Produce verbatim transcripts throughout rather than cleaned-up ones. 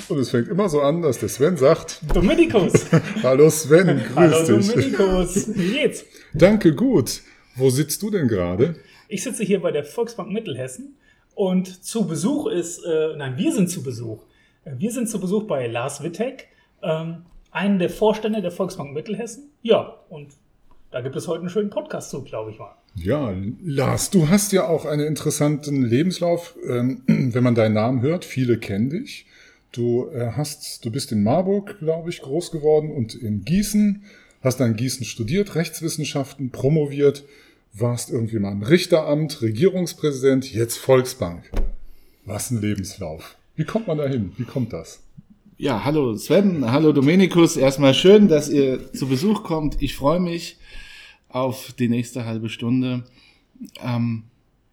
Und es fängt immer so an, dass der Sven sagt: Dominikus! Hallo Sven, grüß Hallo dich. Dominikus, wie geht's? Danke, gut. Wo sitzt du denn gerade? Ich sitze hier bei der Volksbank Mittelhessen und zu Besuch ist, äh, nein, wir sind zu Besuch. Wir sind zu Besuch bei Lars Wittek, ähm, einen der Vorstände der Volksbank Mittelhessen. Ja, und da gibt es heute einen schönen Podcast zu, glaube ich mal. Ja, Lars, du hast ja auch einen interessanten Lebenslauf, ähm, wenn man deinen Namen hört. Viele kennen dich. Du äh, hast, du bist in Marburg, glaube ich, groß geworden und in Gießen. Hast dann in Gießen studiert, Rechtswissenschaften, promoviert, warst irgendwie mal im Richteramt, Regierungspräsident, jetzt Volksbank. Was ein Lebenslauf. Wie kommt man da hin? Wie kommt das? Ja, hallo Sven, hallo Dominikus. Erstmal schön, dass ihr zu Besuch kommt. Ich freue mich auf die nächste halbe Stunde. Ähm,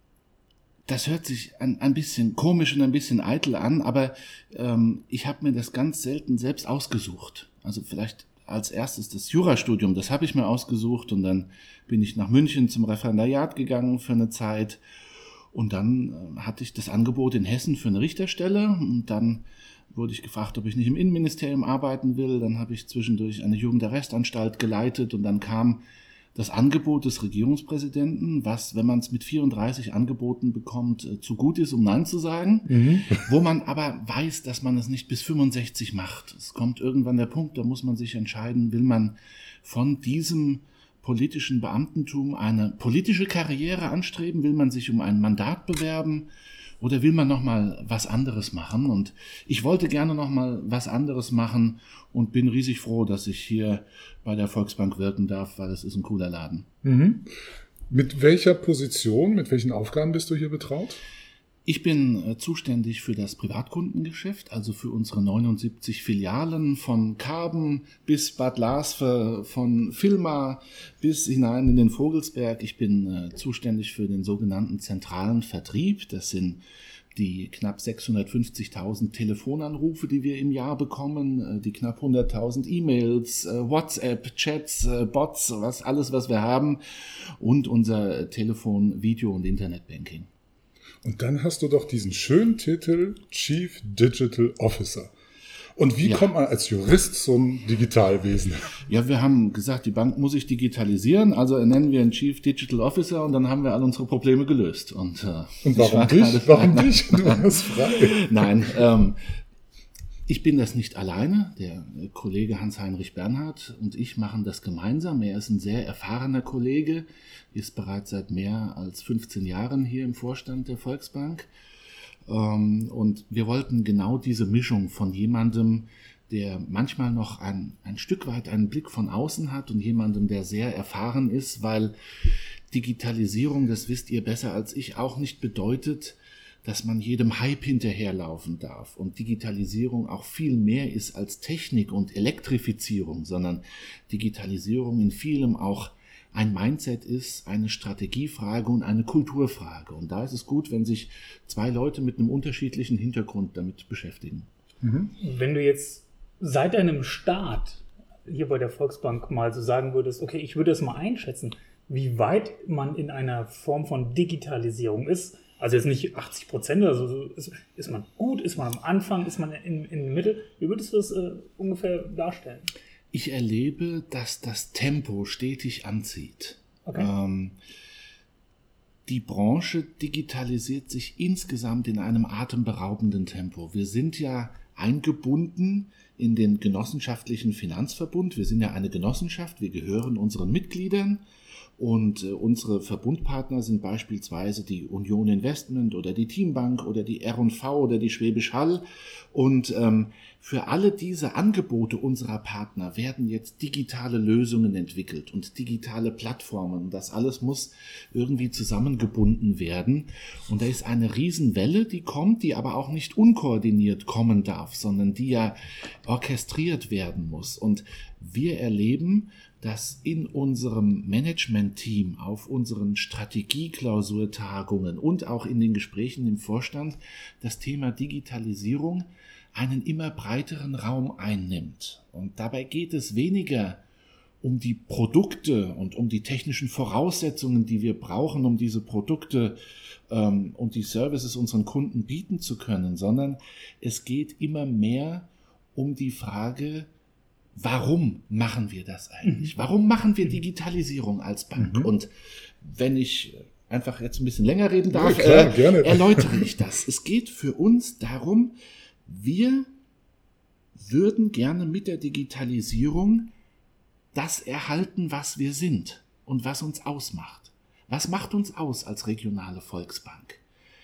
das hört sich ein, ein bisschen komisch und ein bisschen eitel an, aber ähm, ich habe mir das ganz selten selbst ausgesucht. Also vielleicht als erstes das Jurastudium, das habe ich mir ausgesucht und dann bin ich nach München zum Referendariat gegangen für eine Zeit und dann äh, hatte ich das Angebot in Hessen für eine Richterstelle und dann wurde ich gefragt, ob ich nicht im Innenministerium arbeiten will. Dann habe ich zwischendurch eine Jugendarrestanstalt geleitet und dann kam das Angebot des Regierungspräsidenten, was, wenn man es mit vierunddreißig Angeboten bekommt, äh, zu gut ist, um Nein zu sagen, mhm. wo man aber weiß, dass man es nicht bis fünfundsechzig macht. Es kommt irgendwann der Punkt, da muss man sich entscheiden, will man von diesem politischen Beamtentum eine politische Karriere anstreben, will man sich um ein Mandat bewerben oder will man nochmal was anderes machen? Und ich wollte gerne nochmal was anderes machen und bin riesig froh, dass ich hier bei der Volksbank wirken darf, weil es ist ein cooler Laden. Mhm. Mit welcher Position, mit welchen Aufgaben bist du hier betraut? Ich bin äh, zuständig für das Privatkundengeschäft, also für unsere neunundsiebzig Filialen von Karben bis Bad Larsve, von Vilma bis hinein in den Vogelsberg. Ich bin äh, zuständig für den sogenannten zentralen Vertrieb. Das sind die knapp sechshundertfünfzigtausend Telefonanrufe, die wir im Jahr bekommen, äh, die knapp hunderttausend E-Mails, äh, WhatsApp, Chats, äh, Bots, was alles, was wir haben und unser Telefon, Video und Internetbanking. Und dann hast du doch diesen schönen Titel Chief Digital Officer. Und wie ja. kommt man als Jurist zum Digitalwesen? Ja, wir haben gesagt, die Bank muss sich digitalisieren, also nennen wir einen Chief Digital Officer und dann haben wir all unsere Probleme gelöst. Und, äh, und warum dich? Warum dich? Du warst frei. Nein, ähm, ich bin das nicht alleine. Der Kollege Hans-Heinrich Bernhard und ich machen das gemeinsam. Er ist ein sehr erfahrener Kollege, ist bereits seit mehr als fünfzehn Jahren hier im Vorstand der Volksbank. Und wir wollten genau diese Mischung von jemandem, der manchmal noch ein, ein Stück weit einen Blick von außen hat und jemandem, der sehr erfahren ist, weil Digitalisierung, das wisst ihr besser als ich, auch nicht bedeutet, dass man jedem Hype hinterherlaufen darf und Digitalisierung auch viel mehr ist als Technik und Elektrifizierung, sondern Digitalisierung in vielem auch ein Mindset ist, eine Strategiefrage und eine Kulturfrage. Und da ist es gut, wenn sich zwei Leute mit einem unterschiedlichen Hintergrund damit beschäftigen. Mhm. Wenn du jetzt seit deinem Start hier bei der Volksbank mal so sagen würdest, okay, ich würde es mal einschätzen, wie weit man in einer Form von Digitalisierung ist, also jetzt nicht achtzig Prozent oder so, ist, ist man gut, ist man am Anfang, ist man in, in der Mitte. Wie würdest du das äh, ungefähr darstellen? Ich erlebe, dass das Tempo stetig anzieht. Okay. Ähm, die Branche digitalisiert sich insgesamt in einem atemberaubenden Tempo. Wir sind ja eingebunden in den genossenschaftlichen Finanzverbund. Wir sind ja eine Genossenschaft, wir gehören unseren Mitgliedern. Und äh, unsere Verbundpartner sind beispielsweise die Union Investment oder die Teambank oder die R und V oder die Schwäbisch Hall. Und ähm, für alle diese Angebote unserer Partner werden jetzt digitale Lösungen entwickelt und digitale Plattformen. Das alles muss irgendwie zusammengebunden werden. Und da ist eine Riesenwelle, die kommt, die aber auch nicht unkoordiniert kommen darf, sondern die ja orchestriert werden muss. Und wir erleben, dass in unserem Management-Team auf unseren Strategieklausurtagungen und auch in den Gesprächen im Vorstand das Thema Digitalisierung einen immer breiteren Raum einnimmt. Und dabei geht es weniger um die Produkte und um die technischen Voraussetzungen, die wir brauchen, um diese Produkte ähm, und die Services unseren Kunden bieten zu können, sondern es geht immer mehr um die Frage, warum machen wir das eigentlich? Mhm. Warum machen wir Digitalisierung als Bank? Mhm. Und wenn ich einfach jetzt ein bisschen länger reden darf, ja, klar, äh, erläutere ich das. Es geht für uns darum, wir würden gerne mit der Digitalisierung das erhalten, was wir sind und was uns ausmacht. Was macht uns aus als regionale Volksbank?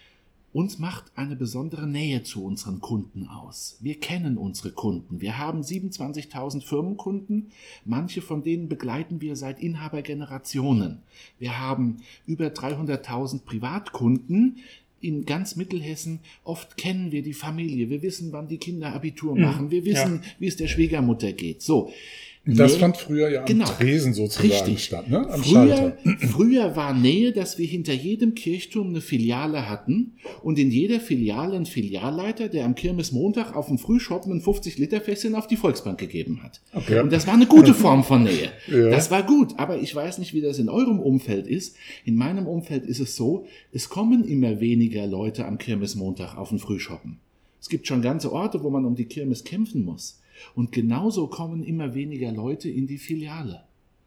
Uns macht eine besondere Nähe zu unseren Kunden aus. Wir kennen unsere Kunden. Wir haben siebenundzwanzigtausend Firmenkunden. Manche von denen begleiten wir seit Inhabergenerationen. Wir haben über dreihunderttausend Privatkunden in ganz Mittelhessen. Oft kennen wir die Familie. Wir wissen, wann die Kinder Abitur machen. Wir wissen, ja. wie es der Schwiegermutter geht. So. Das Nähe, fand früher ja am genau, Tresen sozusagen richtig. statt, ne? Am früher, früher war Nähe, dass wir hinter jedem Kirchturm eine Filiale hatten und in jeder Filiale einen Filialleiter, der am Kirmesmontag auf dem Frühschoppen ein fünfzig Liter Fässchen auf die Volksbank gegeben hat. Okay. Und das war eine gute Form von Nähe. Ja. Das war gut, aber ich weiß nicht, wie das in eurem Umfeld ist. In meinem Umfeld ist es so, es kommen immer weniger Leute am Kirmesmontag auf den Frühschoppen. Es gibt schon ganze Orte, wo man um die Kirmes kämpfen muss. Und genauso kommen immer weniger Leute in die Filiale.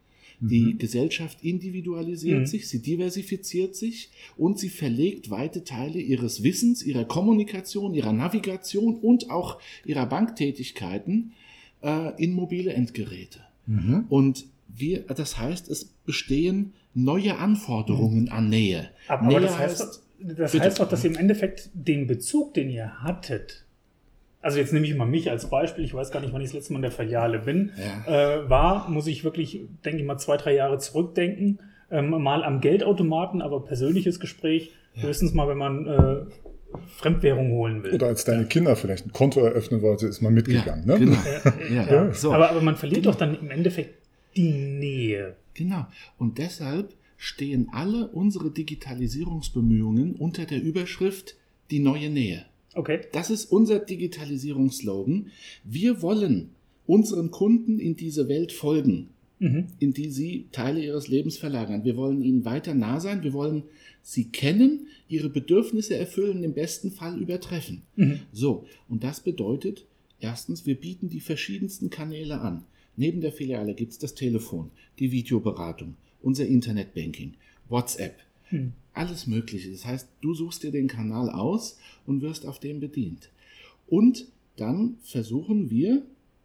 Die mhm. Gesellschaft individualisiert mhm. sich, sie diversifiziert sich und sie verlegt weite Teile ihres Wissens, ihrer Kommunikation, ihrer Navigation und auch ihrer Banktätigkeiten äh, in mobile Endgeräte. Mhm. Und wir, das heißt, es bestehen neue Anforderungen mhm. an Nähe. Aber, Nähe aber das heißt, heißt, das heißt doch, dass ihr im Endeffekt den Bezug, den ihr hattet, also jetzt nehme ich mal mich als Beispiel, ich weiß gar nicht, wann ich das letzte Mal in der Filiale bin, ja. äh, war, muss ich wirklich, denke ich mal, zwei, drei Jahre zurückdenken, ähm, mal am Geldautomaten, aber persönliches Gespräch, ja. höchstens mal, wenn man äh, Fremdwährung holen will. Oder als deine Kinder vielleicht ein Konto eröffnen wollte, ist man mitgegangen. Ja, ne? Genau. ja, ja. So. Aber, aber man verliert genau. doch dann im Endeffekt die Nähe. Genau. Und deshalb stehen alle unsere Digitalisierungsbemühungen unter der Überschrift die neue Nähe. Okay. Das ist unser Digitalisierungsslogan. Wir wollen unseren Kunden in diese Welt folgen, mhm. in die sie Teile ihres Lebens verlagern. Wir wollen ihnen weiter nah sein. Wir wollen sie kennen, ihre Bedürfnisse erfüllen, im besten Fall übertreffen. Mhm. So, und das bedeutet, erstens, wir bieten die verschiedensten Kanäle an. Neben der Filiale gibt es das Telefon, die Videoberatung, unser Internetbanking, WhatsApp. Hm. Alles Mögliche. Das heißt, du suchst dir den Kanal aus und wirst auf dem bedient. Und dann versuchen wir,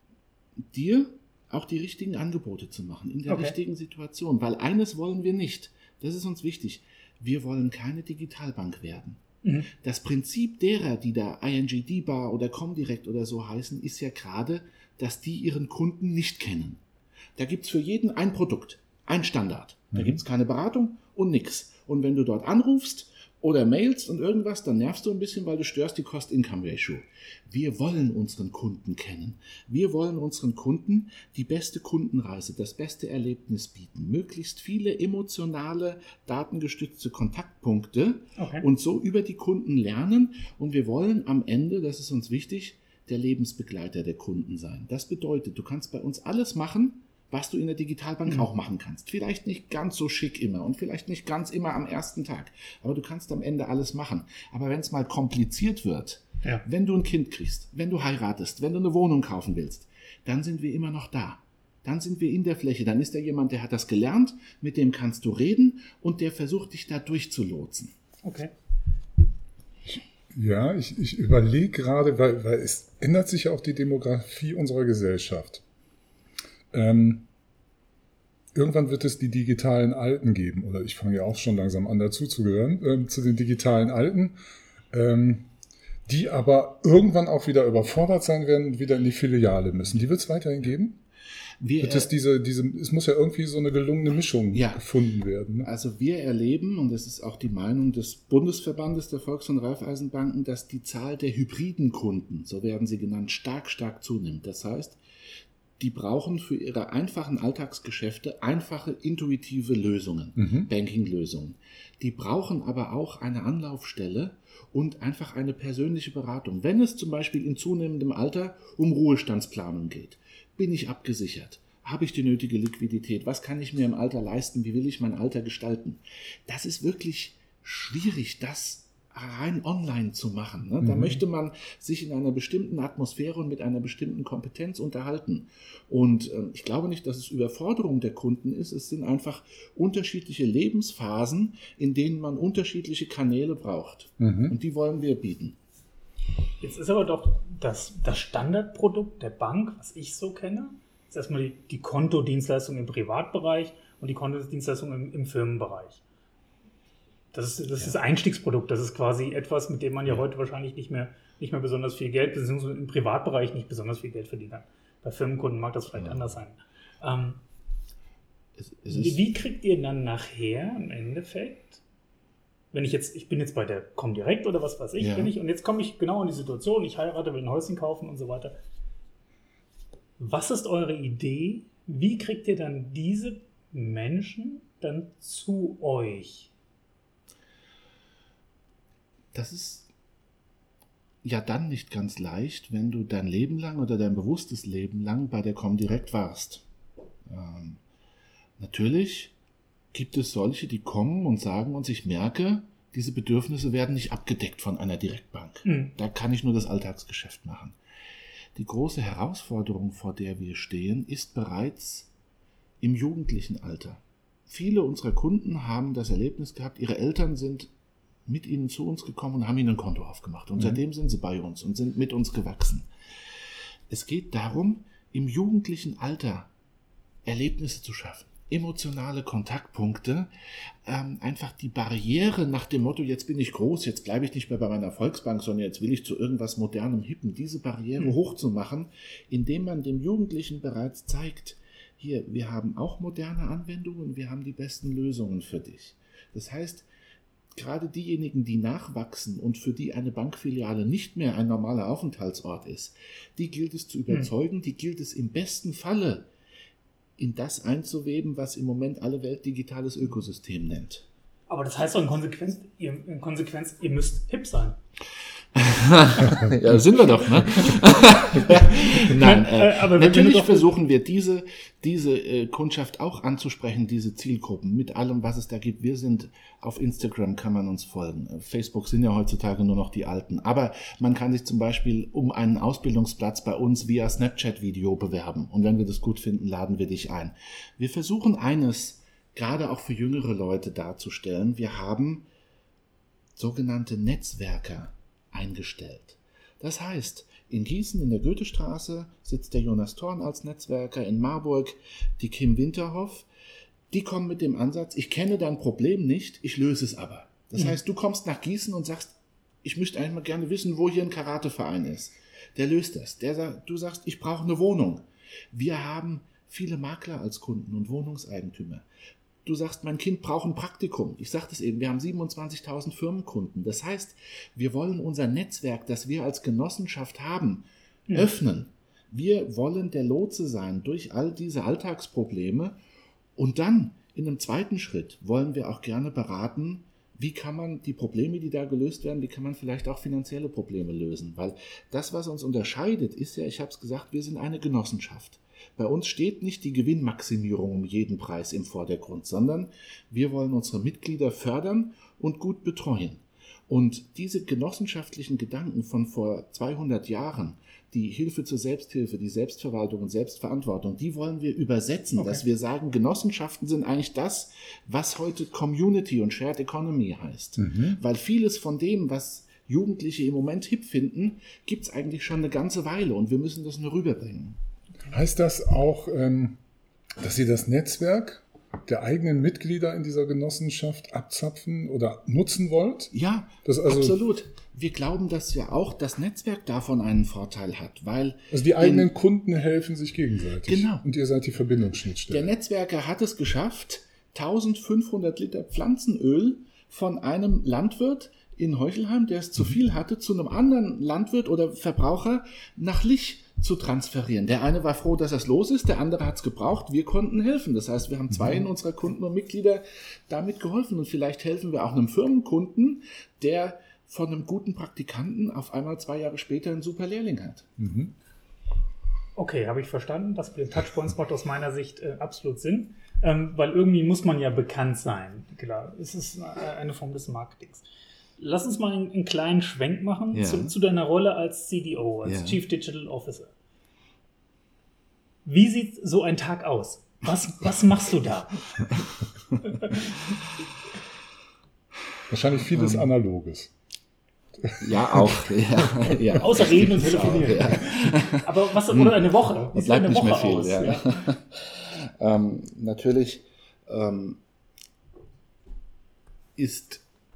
dir auch die richtigen Angebote zu machen, in der okay. richtigen Situation. Weil eines wollen wir nicht. Das ist uns wichtig. Wir wollen keine Digitalbank werden. Mhm. Das Prinzip derer, die da I N G D-Bar oder Comdirect oder so heißen, ist ja gerade, dass die ihren Kunden nicht kennen. Da gibt es für jeden ein Produkt, ein Standard. Da mhm. gibt es keine Beratung und nix. Und wenn du dort anrufst oder mailst und irgendwas, dann nervst du ein bisschen, weil du störst die Cost-Income-Ratio. Wir wollen unseren Kunden kennen. Wir wollen unseren Kunden die beste Kundenreise, das beste Erlebnis bieten. Möglichst viele emotionale, datengestützte Kontaktpunkte okay. und so über die Kunden lernen. Und wir wollen am Ende, das ist uns wichtig, der Lebensbegleiter der Kunden sein. Das bedeutet, du kannst bei uns alles machen, was du in der Digitalbank mhm. auch machen kannst. Vielleicht nicht ganz so schick immer und vielleicht nicht ganz immer am ersten Tag, aber du kannst am Ende alles machen. Aber wenn es mal kompliziert wird, ja. wenn du ein Kind kriegst, wenn du heiratest, wenn du eine Wohnung kaufen willst, dann sind wir immer noch da. Dann sind wir in der Fläche. Dann ist da jemand, der hat das gelernt, mit dem kannst du reden und der versucht, dich da durchzulotsen. Okay. Ja, ich, ich überlege gerade, weil, weil es ändert sich ja auch die Demografie unserer Gesellschaft. Ähm, irgendwann wird es die digitalen Alten geben, oder ich fange ja auch schon langsam an dazu zu gehören, ähm, zu den digitalen Alten, ähm, die aber irgendwann auch wieder überfordert sein werden und wieder in die Filiale müssen. Die wird es weiterhin geben? Wir, wird es, diese, diese, es muss ja irgendwie so eine gelungene Mischung ja, gefunden werden. Ne? Also wir erleben, und das ist auch die Meinung des Bundesverbandes der Volks- und Raiffeisenbanken, dass die Zahl der hybriden Kunden, so werden sie genannt, stark, stark zunimmt. Das heißt, die brauchen für ihre einfachen Alltagsgeschäfte einfache, intuitive Lösungen, mhm. Banking-Lösungen. Die brauchen aber auch eine Anlaufstelle und einfach eine persönliche Beratung. Wenn es zum Beispiel in zunehmendem Alter um Ruhestandsplanung geht, bin ich abgesichert? Habe ich die nötige Liquidität? Was kann ich mir im Alter leisten? Wie will ich mein Alter gestalten? Das ist wirklich schwierig, das rein online zu machen. Ne? Da mhm. möchte man sich in einer bestimmten Atmosphäre und mit einer bestimmten Kompetenz unterhalten. Und äh, ich glaube nicht, dass es Überforderung der Kunden ist. Es sind einfach unterschiedliche Lebensphasen, in denen man unterschiedliche Kanäle braucht. Mhm. Und die wollen wir bieten. Jetzt ist aber doch das, das Standardprodukt der Bank, was ich so kenne, ist erstmal die, die Kontodienstleistung im Privatbereich und die Kontodienstleistung im, im Firmenbereich. Das ist das, ja. ist das Einstiegsprodukt. Das ist quasi etwas, mit dem man ja, ja heute wahrscheinlich nicht mehr, nicht mehr besonders viel Geld, beziehungsweise im Privatbereich nicht besonders viel Geld verdient kann. Bei Firmenkunden mag das vielleicht ja. anders sein. Ähm, es, es ist wie kriegt ihr dann nachher im Endeffekt, wenn ich jetzt, ich bin jetzt bei der Comdirect oder was weiß ich, ja. bin ich, und jetzt komme ich genau in die Situation, ich heirate, will ein Häuschen kaufen und so weiter. Was ist eure Idee? Wie kriegt ihr dann diese Menschen dann zu euch? Das ist ja dann nicht ganz leicht, wenn du dein Leben lang oder dein bewusstes Leben lang bei der Comdirect warst. Ähm, natürlich gibt es solche, die kommen und sagen uns, ich merke, diese Bedürfnisse werden nicht abgedeckt von einer Direktbank. Mhm. Da kann ich nur das Alltagsgeschäft machen. Die große Herausforderung, vor der wir stehen, ist bereits im jugendlichen Alter. Viele unserer Kunden haben das Erlebnis gehabt, ihre Eltern sind mit ihnen zu uns gekommen und haben ihnen ein Konto aufgemacht. Und mhm. seitdem sind sie bei uns und sind mit uns gewachsen. Es geht darum, im jugendlichen Alter Erlebnisse zu schaffen, emotionale Kontaktpunkte, ähm, einfach die Barriere nach dem Motto, jetzt bin ich groß, jetzt bleibe ich nicht mehr bei meiner Volksbank, sondern jetzt will ich zu irgendwas Modernem, Hippen, diese Barriere mhm. hochzumachen, indem man dem Jugendlichen bereits zeigt, hier, wir haben auch moderne Anwendungen, wir haben die besten Lösungen für dich. Das heißt, gerade diejenigen, die nachwachsen und für die eine Bankfiliale nicht mehr ein normaler Aufenthaltsort ist, die gilt es zu überzeugen, hm. die gilt es im besten Falle in das einzuweben, was im Moment alle Welt digitales Ökosystem nennt. Aber das heißt doch in Konsequenz, ihr, in Konsequenz, ihr müsst hip sein. Ja, sind wir doch, ne? Nein, äh, aber natürlich versuchen wir diese, diese äh, Kundschaft auch anzusprechen, diese Zielgruppen, mit allem, was es da gibt. Wir sind auf Instagram, kann man uns folgen. Facebook sind ja heutzutage nur noch die Alten. Aber man kann sich zum Beispiel um einen Ausbildungsplatz bei uns via Snapchat-Video bewerben. Und wenn wir das gut finden, laden wir dich ein. Wir versuchen eines, gerade auch für jüngere Leute darzustellen. Wir haben sogenannte Netzwerker eingestellt. Das heißt, in Gießen in der Goethestraße sitzt der Jonas Thorn als Netzwerker, in Marburg die Kim Winterhoff. Die kommen mit dem Ansatz, ich kenne dein Problem nicht, ich löse es aber. Das mhm. heißt, du kommst nach Gießen und sagst, ich möchte eigentlich mal gerne wissen, wo hier ein Karateverein ist. Der löst das. Der sagt, du sagst, ich brauche eine Wohnung. Wir haben viele Makler als Kunden und Wohnungseigentümer. Du sagst, mein Kind braucht ein Praktikum. Ich sagte es eben, wir haben siebenundzwanzigtausend Firmenkunden. Das heißt, wir wollen unser Netzwerk, das wir als Genossenschaft haben, ja. öffnen. Wir wollen der Lotse sein durch all diese Alltagsprobleme. Und dann, in einem zweiten Schritt, wollen wir auch gerne beraten, wie kann man die Probleme, die da gelöst werden, wie kann man vielleicht auch finanzielle Probleme lösen. Weil das, was uns unterscheidet, ist ja, ich habe es gesagt, wir sind eine Genossenschaft. Bei uns steht nicht die Gewinnmaximierung um jeden Preis im Vordergrund, sondern wir wollen unsere Mitglieder fördern und gut betreuen. Und diese genossenschaftlichen Gedanken von vor zweihundert Jahren, die Hilfe zur Selbsthilfe, die Selbstverwaltung und Selbstverantwortung, die wollen wir übersetzen, okay. dass wir sagen, Genossenschaften sind eigentlich das, was heute Community und Shared Economy heißt. Mhm. Weil vieles von dem, was Jugendliche im Moment hip finden, gibt es eigentlich schon eine ganze Weile und wir müssen das nur rüberbringen. Heißt das auch, dass ihr das Netzwerk der eigenen Mitglieder in dieser Genossenschaft abzapfen oder nutzen wollt? Ja, das also absolut. Wir glauben, dass ja auch das Netzwerk davon einen Vorteil hat, weil... Also die eigenen in, Kunden helfen sich gegenseitig. Genau. Und ihr seid die Verbindungsschnittstelle. Der Netzwerker hat es geschafft, eintausendfünfhundert Liter Pflanzenöl von einem Landwirt in Heuchelheim, der es zu viel hatte, zu einem anderen Landwirt oder Verbraucher nach Lich zu transferieren. Der eine war froh, dass das los ist, der andere hat es gebraucht, wir konnten helfen. Das heißt, wir haben zwei mhm. unserer Kunden und Mitglieder damit geholfen und vielleicht helfen wir auch einem Firmenkunden, der von einem guten Praktikanten auf einmal zwei Jahre später einen super Lehrling hat. Mhm. Okay, habe ich verstanden. Das mit den Touchpoints macht aus meiner Sicht äh, absolut Sinn, ähm, weil irgendwie muss man ja bekannt sein. Klar, es ist äh, eine Form des Marketings. Lass uns mal einen, einen kleinen Schwenk machen ja. zu, zu deiner Rolle als C D O, als ja. Chief Digital Officer. Wie sieht so ein Tag aus? Was, was machst du da? Wahrscheinlich vieles um. Analoges. Ja, auch. Ja, ja. Außer reden und telefonieren. Ja. Aber was, oder eine Woche? Wie Da bleibt eine nicht mehr Woche viel. aus? Ja. Ja. ähm, natürlich ähm, ist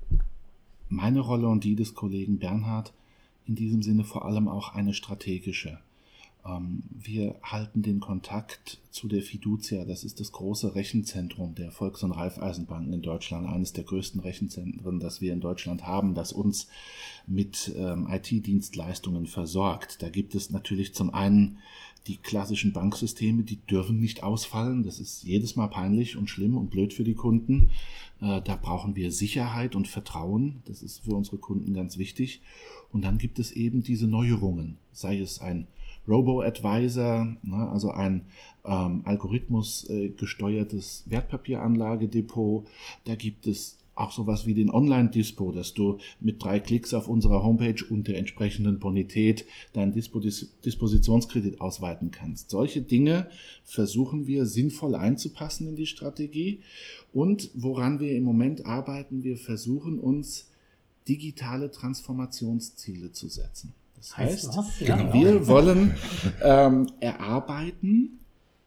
meine Rolle und die des Kollegen Bernhard in diesem Sinne vor allem auch eine strategische. Ähm, wir halten den Kontakt zu der Fiducia, das ist das große Rechenzentrum der Volks- und Raiffeisenbanken in Deutschland, eines der größten Rechenzentren, das wir in Deutschland haben, das uns mit ähm, I T-Dienstleistungen versorgt. Da gibt es natürlich zum einen die klassischen Banksysteme, die dürfen nicht ausfallen. Das ist jedes Mal peinlich und schlimm und blöd für die Kunden. Äh, da brauchen wir Sicherheit und Vertrauen. Das ist für unsere Kunden ganz wichtig. Und dann gibt es eben diese Neuerungen, sei es ein Robo-Advisor, ne, also ein ähm, algorithmusgesteuertes äh, Wertpapieranlagedepot. Da gibt es auch sowas wie den Online-Dispo, dass du mit drei Klicks auf unserer Homepage und der entsprechenden Bonität deinen Dispo- Dis- Dispositionskredit ausweiten kannst. Solche Dinge versuchen wir sinnvoll einzupassen in die Strategie. Und woran wir im Moment arbeiten, wir versuchen uns digitale Transformationsziele zu setzen. Das heißt, was? Ja, wir ja. wollen ähm, erarbeiten,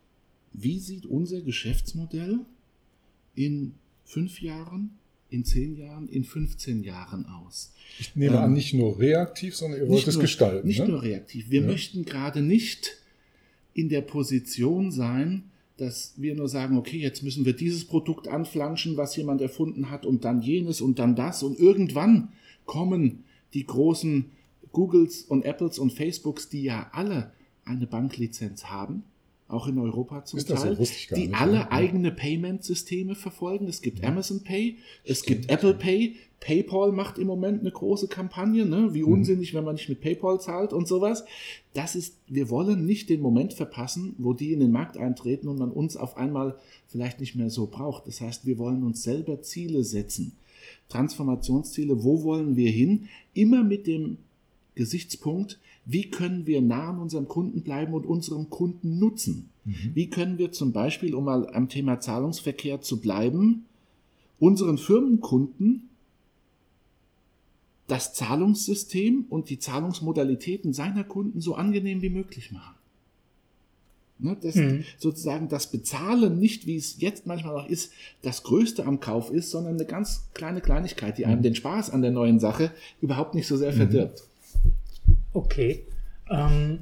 wie sieht unser Geschäftsmodell in fünf Jahren, in zehn Jahren, in fünfzehn Jahren aus. Ich nehme ähm, an, nicht nur reaktiv, sondern ihr wollt es nur, gestalten. Nicht ne? nur reaktiv. Wir ja. möchten gerade nicht in der Position sein, dass wir nur sagen, okay, jetzt müssen wir dieses Produkt anflanschen, was jemand erfunden hat und dann jenes und dann das und irgendwann kommen die großen Googles und Apples und Facebooks, die ja alle eine Banklizenz haben, auch in Europa zum Ist das Teil, so? Wusste ich gar die nicht, alle ja. eigene Payment-Systeme verfolgen. Es gibt Amazon Pay, es gibt Apple Pay, PayPal macht im Moment eine große Kampagne, ne? Wie unsinnig, wenn man nicht mit PayPal zahlt und sowas. Das ist, wir wollen nicht den Moment verpassen, wo die in den Markt eintreten und man uns auf einmal vielleicht nicht mehr so braucht. Das heißt, wir wollen uns selber Ziele setzen. Transformationsziele, wo wollen wir hin? Immer mit dem Gesichtspunkt, wie können wir nah an unserem Kunden bleiben und unserem Kunden nutzen? Mhm. Wie können wir zum Beispiel, um mal am Thema Zahlungsverkehr zu bleiben, unseren Firmenkunden das Zahlungssystem und die Zahlungsmodalitäten seiner Kunden so angenehm wie möglich machen? Ne, das mhm. sozusagen das Bezahlen nicht, wie es jetzt manchmal noch ist, das Größte am Kauf ist, sondern eine ganz kleine Kleinigkeit, die einem den Spaß an der neuen Sache überhaupt nicht so sehr verdirbt. Okay. Ähm,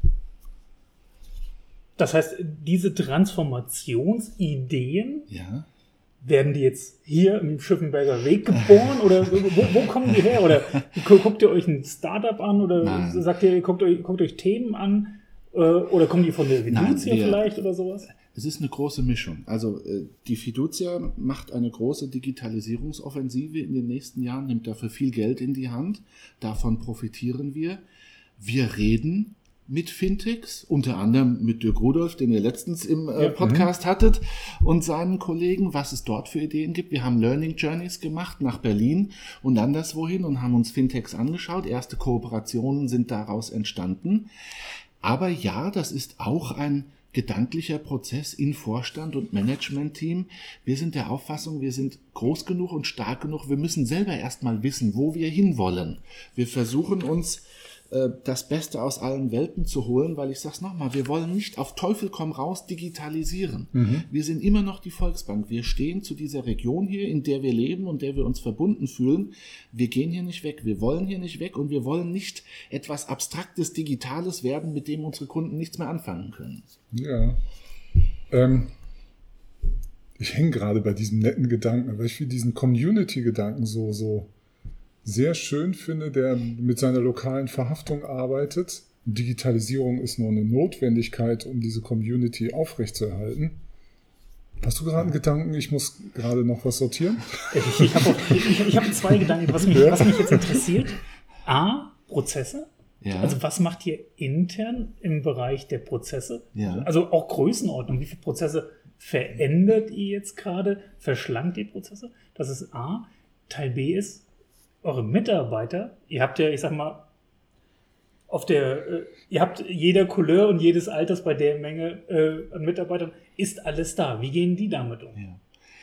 das heißt, diese Transformationsideen, ja. werden die jetzt hier im Schiffenberger Weg geboren oder wo, wo kommen die her? Oder guckt ihr euch ein Startup an oder Nein. sagt ihr, guckt euch, guckt euch Themen an? Oder kommen die von der Fiducia Nein, vielleicht oder sowas? Es ist eine große Mischung. Also die Fiducia macht eine große Digitalisierungsoffensive in den nächsten Jahren, nimmt dafür viel Geld in die Hand. Davon profitieren wir. Wir reden mit Fintechs, unter anderem mit Dirk Rudolph, den ihr letztens im äh, Podcast ja. hattet, und seinen Kollegen, was es dort für Ideen gibt. Wir haben Learning Journeys gemacht nach Berlin und anderswohin und haben uns Fintechs angeschaut. Erste Kooperationen sind daraus entstanden. Aber ja, das ist auch ein gedanklicher Prozess in Vorstand und Managementteam. Wir sind der Auffassung, wir sind groß genug und stark genug. Wir müssen selber erstmal wissen, wo wir hinwollen. Wir versuchen uns äh, das Beste aus allen Welten zu holen, weil ich sage es nochmal, wir wollen nicht auf Teufel komm raus digitalisieren. Mhm. Wir sind immer noch die Volksbank. Wir stehen zu dieser Region hier, in der wir leben und der wir uns verbunden fühlen. Wir gehen hier nicht weg. Wir wollen hier nicht weg und wir wollen nicht etwas Abstraktes, Digitales werden, mit dem unsere Kunden nichts mehr anfangen können. Ja. Ähm, ich hänge gerade bei diesem netten Gedanken, weil ich für diesen Community-Gedanken so, so sehr schön finde, der mit seiner lokalen Verhaftung arbeitet. Digitalisierung ist nur eine Notwendigkeit, um diese Community aufrechtzuerhalten. Hast du gerade einen Gedanken? Ich muss gerade noch was sortieren. Ich, ich habe ich, ich hab zwei Gedanken, was mich, was mich jetzt interessiert. A, Prozesse. Ja. Also was macht ihr intern im Bereich der Prozesse? Ja. Also auch Größenordnung. Wie viele Prozesse verändert ihr jetzt gerade? Verschlankt ihr Prozesse? Das ist A. Teil B ist, eure Mitarbeiter, ihr habt ja, ich sag mal, auf der, äh, ihr habt jeder Couleur und jedes Alters bei der Menge äh, an Mitarbeitern, ist alles da. Wie gehen die damit um? Ja.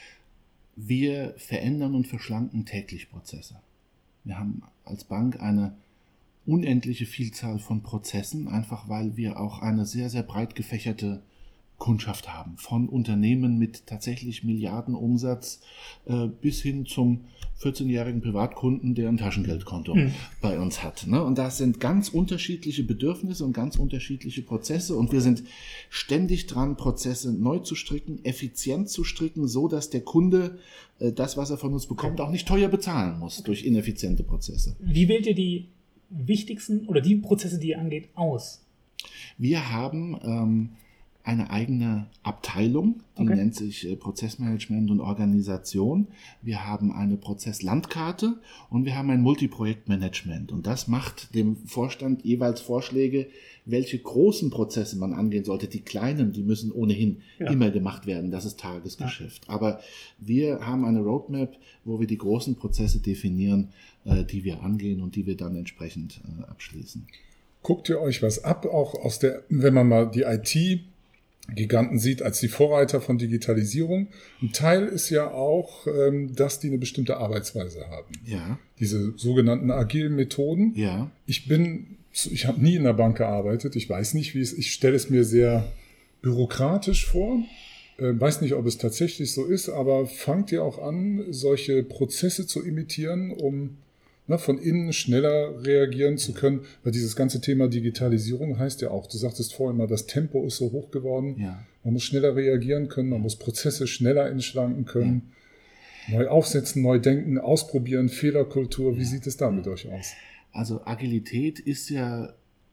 Wir verändern und verschlanken täglich Prozesse. Wir haben als Bank eine unendliche Vielzahl von Prozessen, einfach weil wir auch eine sehr, sehr breit gefächerte Kundschaft haben. Von Unternehmen mit tatsächlich Milliardenumsatz äh, bis hin zum vierzehnjährigen Privatkunden, der ein Taschengeldkonto mhm. bei uns hat. Ne? Und das sind ganz unterschiedliche Bedürfnisse und ganz unterschiedliche Prozesse. Und wir sind ständig dran, Prozesse neu zu stricken, effizient zu stricken, so dass der Kunde äh, das, was er von uns bekommt, auch nicht teuer bezahlen muss okay. durch ineffiziente Prozesse. Wie wählt ihr die wichtigsten oder die Prozesse, die ihr angeht, aus? Wir haben ähm, eine eigene Abteilung, die okay. nennt sich äh, Prozessmanagement und Organisation. Wir haben eine Prozesslandkarte und wir haben ein Multiprojektmanagement. Und das macht dem Vorstand jeweils Vorschläge, welche großen Prozesse man angehen sollte. Die kleinen, die müssen ohnehin ja. immer gemacht werden. Das ist Tagesgeschäft. Ja. Aber wir haben eine Roadmap, wo wir die großen Prozesse definieren, äh, die wir angehen und die wir dann entsprechend äh, abschließen. Guckt ihr euch was ab, auch aus der, wenn man mal die I T Giganten sieht als die Vorreiter von Digitalisierung. Ein Teil ist ja auch, dass die eine bestimmte Arbeitsweise haben. Ja. Diese sogenannten agilen Methoden. Ja. Ich bin, ich habe nie in der Bank gearbeitet. Ich weiß nicht, wie es, ich stelle es mir sehr bürokratisch vor. Äh, weiß nicht, ob es tatsächlich so ist, aber fangt ihr auch an, solche Prozesse zu imitieren, um na, von innen schneller reagieren zu können, weil dieses ganze Thema Digitalisierung heißt ja auch, du sagtest vorhin mal, das Tempo ist so hoch geworden, ja. man muss schneller reagieren können, man muss Prozesse schneller entschlanken können, ja. neu aufsetzen, neu denken, ausprobieren, Fehlerkultur, wie ja. sieht es da mit euch aus? Also Agilität ist ja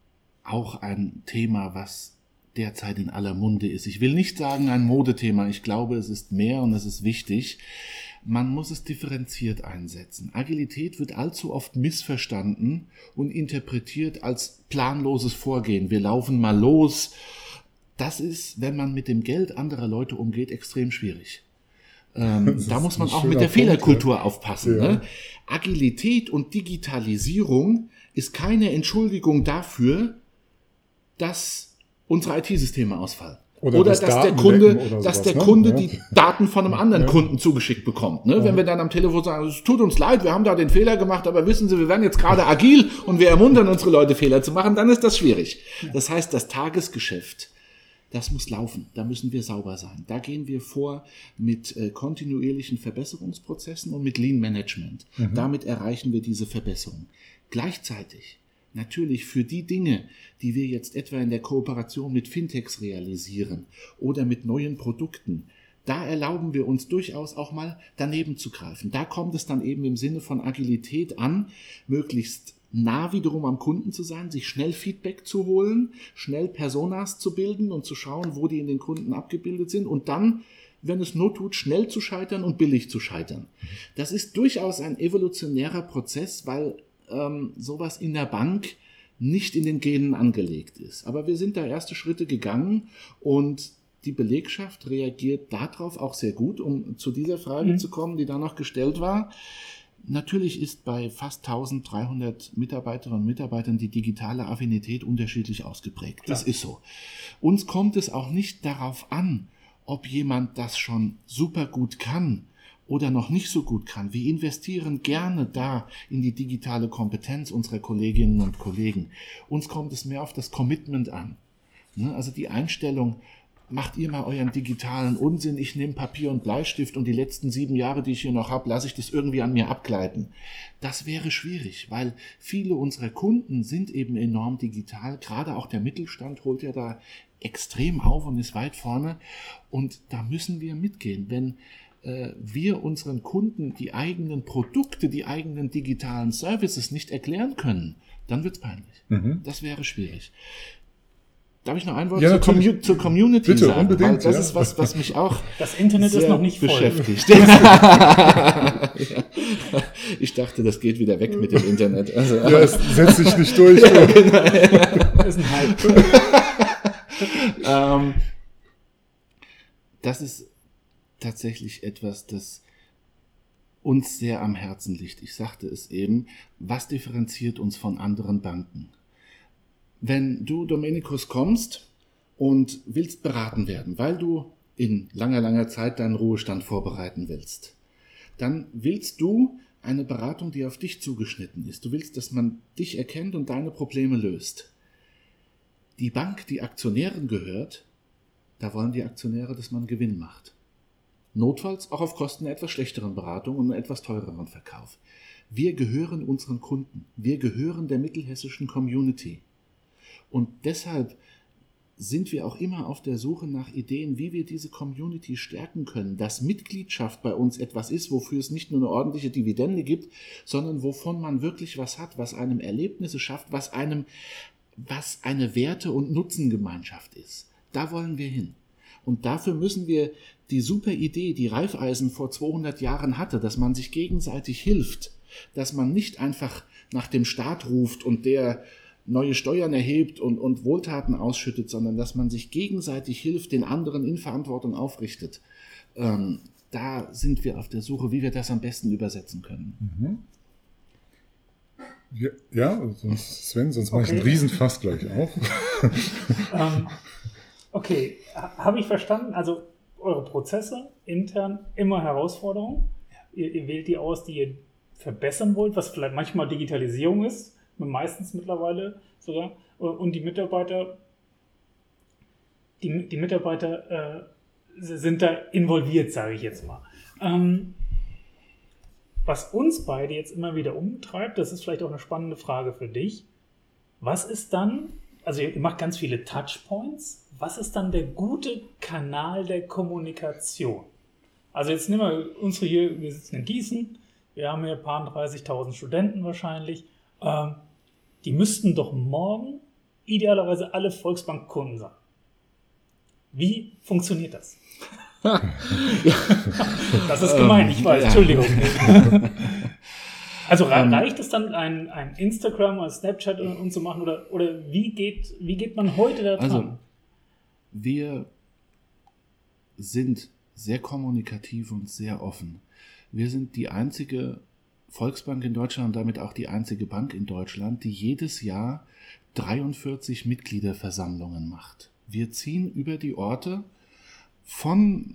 auch ein Thema, was derzeit in aller Munde ist. Ich will nicht sagen ein Modethema, ich glaube, es ist mehr und es ist wichtig. Man muss es differenziert einsetzen. Agilität wird allzu oft missverstanden und interpretiert als planloses Vorgehen. Wir laufen mal los. Das ist, wenn man mit dem Geld anderer Leute umgeht, extrem schwierig. Ähm, da muss man auch mit der Punkt, Fehlerkultur ja. aufpassen. Ja. Ne? Agilität und Digitalisierung ist keine Entschuldigung dafür, dass unsere I T-Systeme ausfallen. Oder, oder das dass der Kunde, oder dass sowas, der ne? Kunde ja. die Daten von einem anderen ja. Kunden zugeschickt bekommt. Ne? Ja. Wenn wir dann am Telefon sagen, es tut uns leid, wir haben da den Fehler gemacht, aber wissen Sie, wir werden jetzt gerade agil und wir ermuntern unsere Leute, Fehler zu machen, dann ist das schwierig. Ja. Das heißt, das Tagesgeschäft, das muss laufen, da müssen wir sauber sein. Da gehen wir vor mit äh, kontinuierlichen Verbesserungsprozessen und mit Lean Management. Mhm. Damit erreichen wir diese Verbesserung. Gleichzeitig natürlich für die Dinge, die wir jetzt etwa in der Kooperation mit Fintechs realisieren oder mit neuen Produkten, da erlauben wir uns durchaus auch mal daneben zu greifen. Da kommt es dann eben im Sinne von Agilität an, möglichst nah wiederum am Kunden zu sein, sich schnell Feedback zu holen, schnell Personas zu bilden und zu schauen, wo die in den Kunden abgebildet sind und dann, wenn es Not tut, schnell zu scheitern und billig zu scheitern. Das ist durchaus ein evolutionärer Prozess, weil ähm, sowas in der Bank nicht in den Genen angelegt ist. Aber wir sind da erste Schritte gegangen und die Belegschaft reagiert darauf auch sehr gut, um zu dieser Frage mhm. zu kommen, die da noch gestellt war. Natürlich ist bei fast dreizehnhundert Mitarbeiterinnen und Mitarbeitern die digitale Affinität unterschiedlich ausgeprägt. Das ja. ist so. Uns kommt es auch nicht darauf an, ob jemand das schon super gut kann oder noch nicht so gut kann. Wir investieren gerne da in die digitale Kompetenz unserer Kolleginnen und Kollegen. Uns kommt es mehr auf das Commitment an. Also die Einstellung, macht ihr mal euren digitalen Unsinn, ich nehme Papier und Bleistift und die letzten sieben Jahre, die ich hier noch habe, lasse ich das irgendwie an mir abgleiten. Das wäre schwierig, weil viele unserer Kunden sind eben enorm digital. Gerade auch der Mittelstand holt ja da extrem auf und ist weit vorne. Und da müssen wir mitgehen. Wenn äh, wir unseren Kunden die eigenen Produkte, die eigenen digitalen Services nicht erklären können, dann wird es peinlich. Mhm. Das wäre schwierig. darf ich noch ein Wort ja, zur, Commu- zur Community Bitte, sagen? Unbedingt, Weil das ja. ist was, was mich auch Das Internet sehr ist noch nicht voll. beschäftigt. Ich dachte, das geht wieder weg mit dem Internet. Also, Ja, es setzt sich nicht durch. ja, genau. Das ist ein Hype. ähm, das ist tatsächlich etwas, das uns sehr am Herzen liegt. Ich sagte es eben, was differenziert uns von anderen Banken? Wenn du, Domenikus, kommst und willst beraten werden, weil du in langer, langer Zeit deinen Ruhestand vorbereiten willst, dann willst du eine Beratung, die auf dich zugeschnitten ist. Du willst, dass man dich erkennt und deine Probleme löst. Die Bank, die Aktionären gehört, da wollen die Aktionäre, dass man Gewinn macht. Notfalls auch auf Kosten einer etwas schlechteren Beratung und einem etwas teureren Verkauf. Wir gehören unseren Kunden. Wir gehören der mittelhessischen Community. Und deshalb sind wir auch immer auf der Suche nach Ideen, wie wir diese Community stärken können, dass Mitgliedschaft bei uns etwas ist, wofür es nicht nur eine ordentliche Dividende gibt, sondern wovon man wirklich was hat, was einem Erlebnisse schafft, was einem, was eine Werte- und Nutzengemeinschaft ist. Da wollen wir hin. Und dafür müssen wir die super Idee, die Raiffeisen vor zweihundert Jahren hatte, dass man sich gegenseitig hilft, dass man nicht einfach nach dem Staat ruft und der neue Steuern erhebt und, und Wohltaten ausschüttet, sondern dass man sich gegenseitig hilft, den anderen in Verantwortung aufrichtet. Ähm, da sind wir auf der Suche, wie wir das am besten übersetzen können. Mhm. Ja, ja, sonst, Sven, sonst mache Okay. ich einen Riesenfass gleich auf. ähm, okay, ha- habe ich verstanden? Also eure Prozesse intern immer Herausforderungen. Ihr, ihr wählt die aus, die ihr verbessern wollt, was vielleicht manchmal Digitalisierung ist, meistens mittlerweile sogar. Und die Mitarbeiter, die, die Mitarbeiter äh, sind da involviert, sage ich jetzt mal. Ähm, was uns beide jetzt immer wieder umtreibt, das ist vielleicht auch eine spannende Frage für dich. Was ist dann, also ihr macht ganz viele Touchpoints, was ist dann der gute Kanal der Kommunikation? Also jetzt nehmen wir unsere hier, wir sitzen in Gießen, wir haben hier ein paar dreißigtausend Studenten wahrscheinlich. Ähm, die müssten doch morgen idealerweise alle Volksbank-Kunden sein. Wie funktioniert das? Das ist gemein, ich weiß, ja. Entschuldigung. Also re- reicht es dann, ein, ein Instagram oder Snapchat und, und zu machen? Oder, oder wie, geht, wie geht man heute da dran? Also, wir sind sehr kommunikativ und sehr offen. Wir sind die einzige Volksbank in Deutschland und damit auch die einzige Bank in Deutschland, die jedes Jahr dreiundvierzig Mitgliederversammlungen macht. Wir ziehen über die Orte von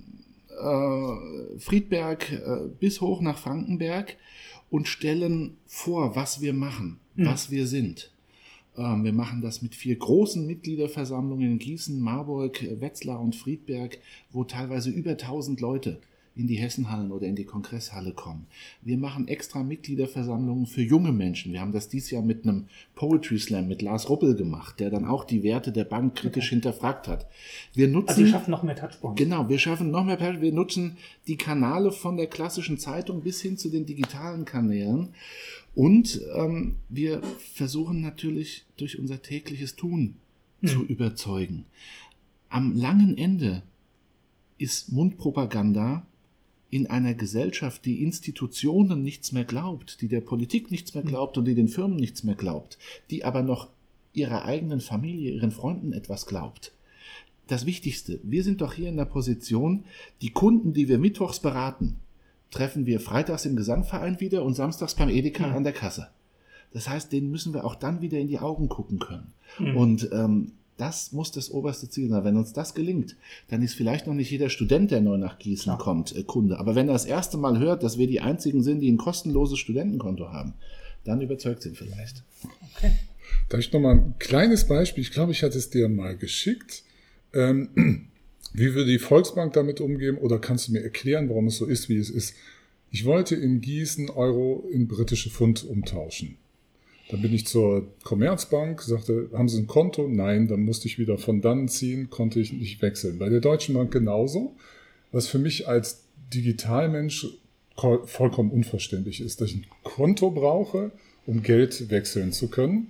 äh, Friedberg äh, bis hoch nach Frankenberg und stellen vor, was wir machen, Mhm. was wir sind. Ähm, wir machen das mit vier großen Mitgliederversammlungen in Gießen, Marburg, Wetzlar und Friedberg, wo teilweise über tausend Leute in die Hessenhallen oder in die Kongresshalle kommen. Wir machen extra Mitgliederversammlungen für junge Menschen. Wir haben das dieses Jahr mit einem Poetry Slam mit Lars Ruppel gemacht, der dann auch die Werte der Bank kritisch Okay. hinterfragt hat. Wir nutzen, Also ihr schafft noch mehr Touchpoints. genau, wir schaffen noch mehr, wir nutzen die Kanäle von der klassischen Zeitung bis hin zu den digitalen Kanälen und ähm, wir versuchen natürlich durch unser tägliches Tun Hm. zu überzeugen. Am langen Ende ist Mundpropaganda in einer Gesellschaft, die Institutionen nichts mehr glaubt, die der Politik nichts mehr glaubt und die den Firmen nichts mehr glaubt, die aber noch ihrer eigenen Familie, ihren Freunden etwas glaubt. Das Wichtigste, wir sind doch hier in der Position, die Kunden, die wir mittwochs beraten, treffen wir freitags im Gesangverein wieder und samstags beim Edeka Mhm. an der Kasse. Das heißt, denen müssen wir auch dann wieder in die Augen gucken können. Mhm. Und ähm, das muss das oberste Ziel sein. Wenn uns das gelingt, dann ist vielleicht noch nicht jeder Student, der neu nach Gießen Klar. kommt, äh, Kunde. Aber wenn er das erste Mal hört, dass wir die einzigen sind, die ein kostenloses Studentenkonto haben, dann überzeugt ihn vielleicht. Okay. Darf ich noch mal ein kleines Beispiel? Ich glaube, ich hatte es dir mal geschickt. Ähm, wie würde die Volksbank damit umgehen? Oder kannst du mir erklären, warum es so ist, wie es ist? Ich wollte in Gießen Euro in britische Pfund umtauschen. Dann bin ich zur Commerzbank, sagte, haben Sie ein Konto? Nein, dann musste ich wieder von dann ziehen, konnte ich nicht wechseln. Bei der Deutschen Bank genauso, was für mich als Digitalmensch ko- vollkommen unverständlich ist, dass ich ein Konto brauche, um Geld wechseln zu können.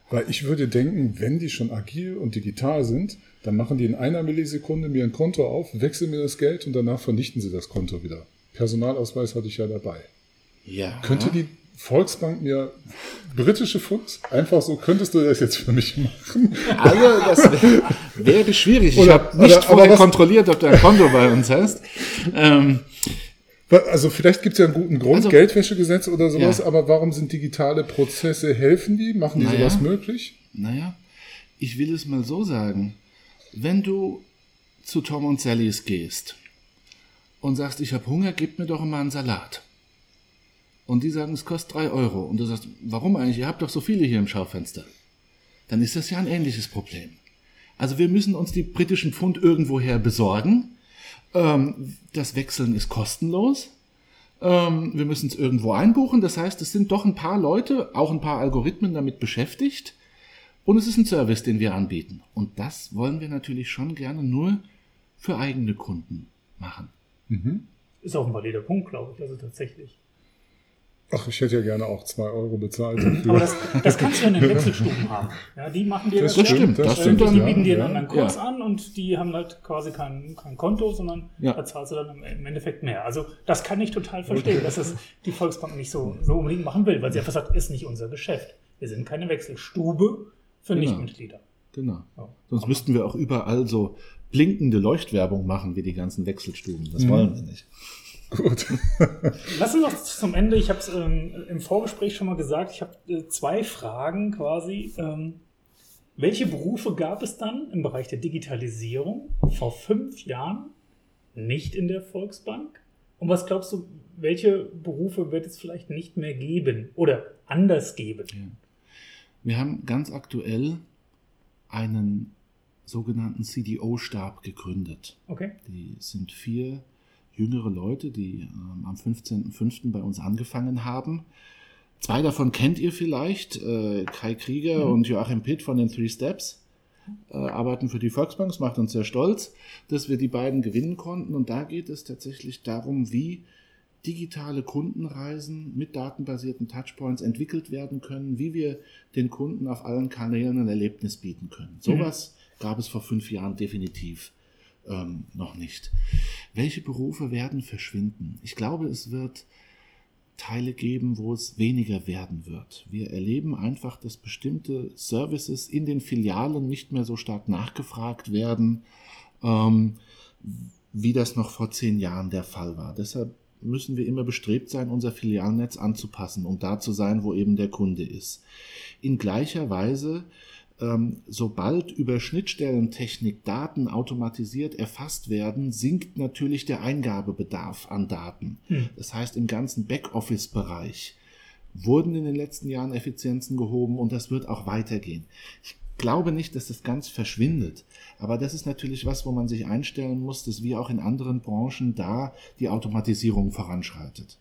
Weil ich würde denken, wenn die schon agil und digital sind, dann machen die in einer Millisekunde mir ein Konto auf, wechseln mir das Geld und danach vernichten sie das Konto wieder. Personalausweis hatte ich ja dabei. Ja. Könnte die Volksbank mir britische Pfund, einfach so, könntest du das jetzt für mich machen? Also, das wäre wär schwierig. Ich Oder- habe nicht oder- vorher aber was- kontrolliert, ob du ein Konto bei uns hast. Ähm, Also vielleicht gibt es ja einen guten Grund, Also- Geldwäschegesetz oder sowas, Ja. aber warum sind digitale Prozesse, helfen die? Machen die Naja. sowas möglich? naja, ich will es mal so sagen. Wenn du zu Tom und Sallys gehst und sagst, ich habe Hunger, gib mir doch mal einen Salat. Und die sagen, es kostet drei Euro. Und du sagst, warum eigentlich? Ihr habt doch so viele hier im Schaufenster. Dann ist das ja ein ähnliches Problem. Also wir müssen uns die britischen Pfund irgendwoher besorgen. Ähm, das Wechseln ist kostenlos. Ähm, wir müssen es irgendwo einbuchen. Das heißt, es sind doch ein paar Leute, auch ein paar Algorithmen damit beschäftigt. Und es ist ein Service, den wir anbieten. Und das wollen wir natürlich schon gerne nur für eigene Kunden machen. Ist auch ein valider Punkt, glaube ich, also tatsächlich. Ach, ich hätte ja gerne auch zwei Euro bezahlt dafür. Aber das, das kannst du ja in den Wechselstuben haben. Ja, die machen dir das, Das schon. stimmt, das Äh, stimmt Die, dann, die bieten dir ja. einen anderen Kurs Ja. an und die haben halt quasi kein, kein Konto, sondern Ja. da zahlst du dann im- im Endeffekt mehr. Also das kann ich total verstehen, dass es die Volksbank nicht so, so unbedingt machen will, weil sie einfach sagt, ist nicht unser Geschäft. Wir sind keine Wechselstube für Genau. Nichtmitglieder. Genau. Ja. Sonst müssten wir auch überall so blinkende Leuchtwerbung machen wie die ganzen Wechselstuben. Das wollen wir nicht. Gut. Lass uns noch zum Ende, ich habe es ähm, im Vorgespräch schon mal gesagt, ich habe äh, zwei Fragen quasi. Ähm, welche Berufe gab es dann im Bereich der Digitalisierung vor fünf Jahren nicht in der Volksbank? Und was glaubst du, welche Berufe wird es vielleicht nicht mehr geben oder anders geben? Wir haben ganz aktuell einen sogenannten C D O-Stab gegründet. Okay. Die sind vier jüngere Leute, die ähm, am fünfzehnten fünften bei uns angefangen haben. Zwei davon kennt ihr vielleicht, äh, Kai Krieger und Joachim Pitt von den Three Steps, äh, arbeiten für die Volksbank. Es macht uns sehr stolz, dass wir die beiden gewinnen konnten. Und da geht es tatsächlich darum, wie digitale Kundenreisen mit datenbasierten Touchpoints entwickelt werden können, wie wir den Kunden auf allen Kanälen ein Erlebnis bieten können. Sowas gab es vor fünf Jahren definitiv ähm, noch nicht. Welche Berufe werden verschwinden? Ich glaube, es wird Teile geben, wo es weniger werden wird. Wir erleben einfach, dass bestimmte Services in den Filialen nicht mehr so stark nachgefragt werden, ähm, wie das noch vor zehn Jahren der Fall war. Deshalb müssen wir immer bestrebt sein, unser Filialnetz anzupassen, um da zu sein, wo eben der Kunde ist. In gleicher Weise, ähm, sobald über Schnittstellentechnik Daten automatisiert erfasst werden, sinkt natürlich der Eingabebedarf an Daten. Hm. Das heißt, im ganzen Backoffice-Bereich wurden in den letzten Jahren Effizienzen gehoben und das wird auch weitergehen. Ich glaube nicht, dass das ganz verschwindet, aber das ist natürlich was, wo man sich einstellen muss, dass wie auch in anderen Branchen da die Automatisierung voranschreitet.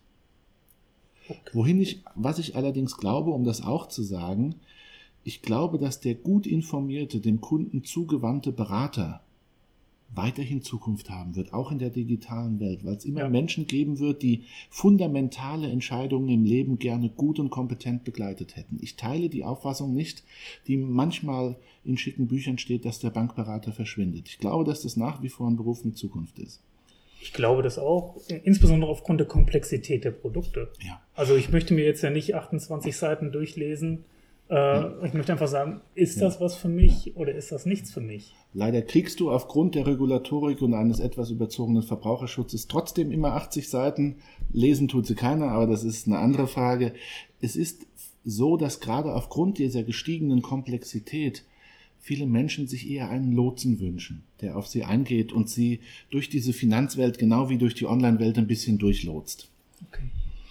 Okay. Wohin ich, was ich allerdings glaube, um das auch zu sagen, ich glaube, dass der gut informierte, dem Kunden zugewandte Berater weiterhin Zukunft haben wird, auch in der digitalen Welt, weil es immer Ja. Menschen geben wird, die fundamentale Entscheidungen im Leben gerne gut und kompetent begleitet hätten. Ich teile die Auffassung nicht, die manchmal in schicken Büchern steht, dass der Bankberater verschwindet. Ich glaube, dass das nach wie vor ein Beruf mit Zukunft ist. Ich glaube das auch, insbesondere aufgrund der Komplexität der Produkte. Ja. Also ich möchte mir jetzt ja nicht achtundzwanzig Seiten durchlesen. Äh, ich möchte einfach sagen, ist das was für mich oder ist das nichts für mich? Leider kriegst du aufgrund der Regulatorik und eines etwas überzogenen Verbraucherschutzes trotzdem immer achtzig Seiten. Lesen tut sie keiner, aber das ist eine andere Frage. Es ist so, dass gerade aufgrund dieser gestiegenen Komplexität viele Menschen sich eher einen Lotsen wünschen, der auf sie eingeht und sie durch diese Finanzwelt, genau wie durch die Online-Welt, ein bisschen durchlotst. Okay.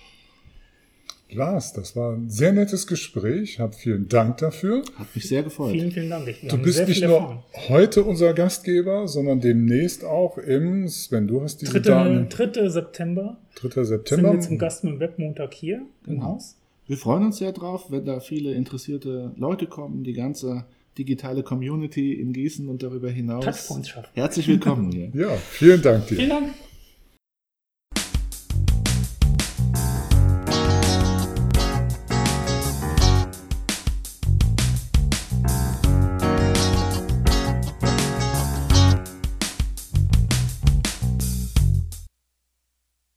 Lars, das war ein sehr nettes Gespräch. Hab vielen Dank dafür. Hat mich sehr gefreut. Vielen, vielen Dank. Wir Du haben bist sehr nicht viel nur erfahren. heute unser Gastgeber, sondern demnächst auch im, Sven, du hast diese dritte Daten. dritte September dritter sind September. wir zum Gast mit dem Webmontag hier im Genau. Haus. Wir freuen uns sehr drauf, wenn da viele interessierte Leute kommen, die ganze digitale Community in Gießen und darüber hinaus. Touchpoints schaffen. Herzlich willkommen hier. Ja, vielen Dank dir. Vielen Dank.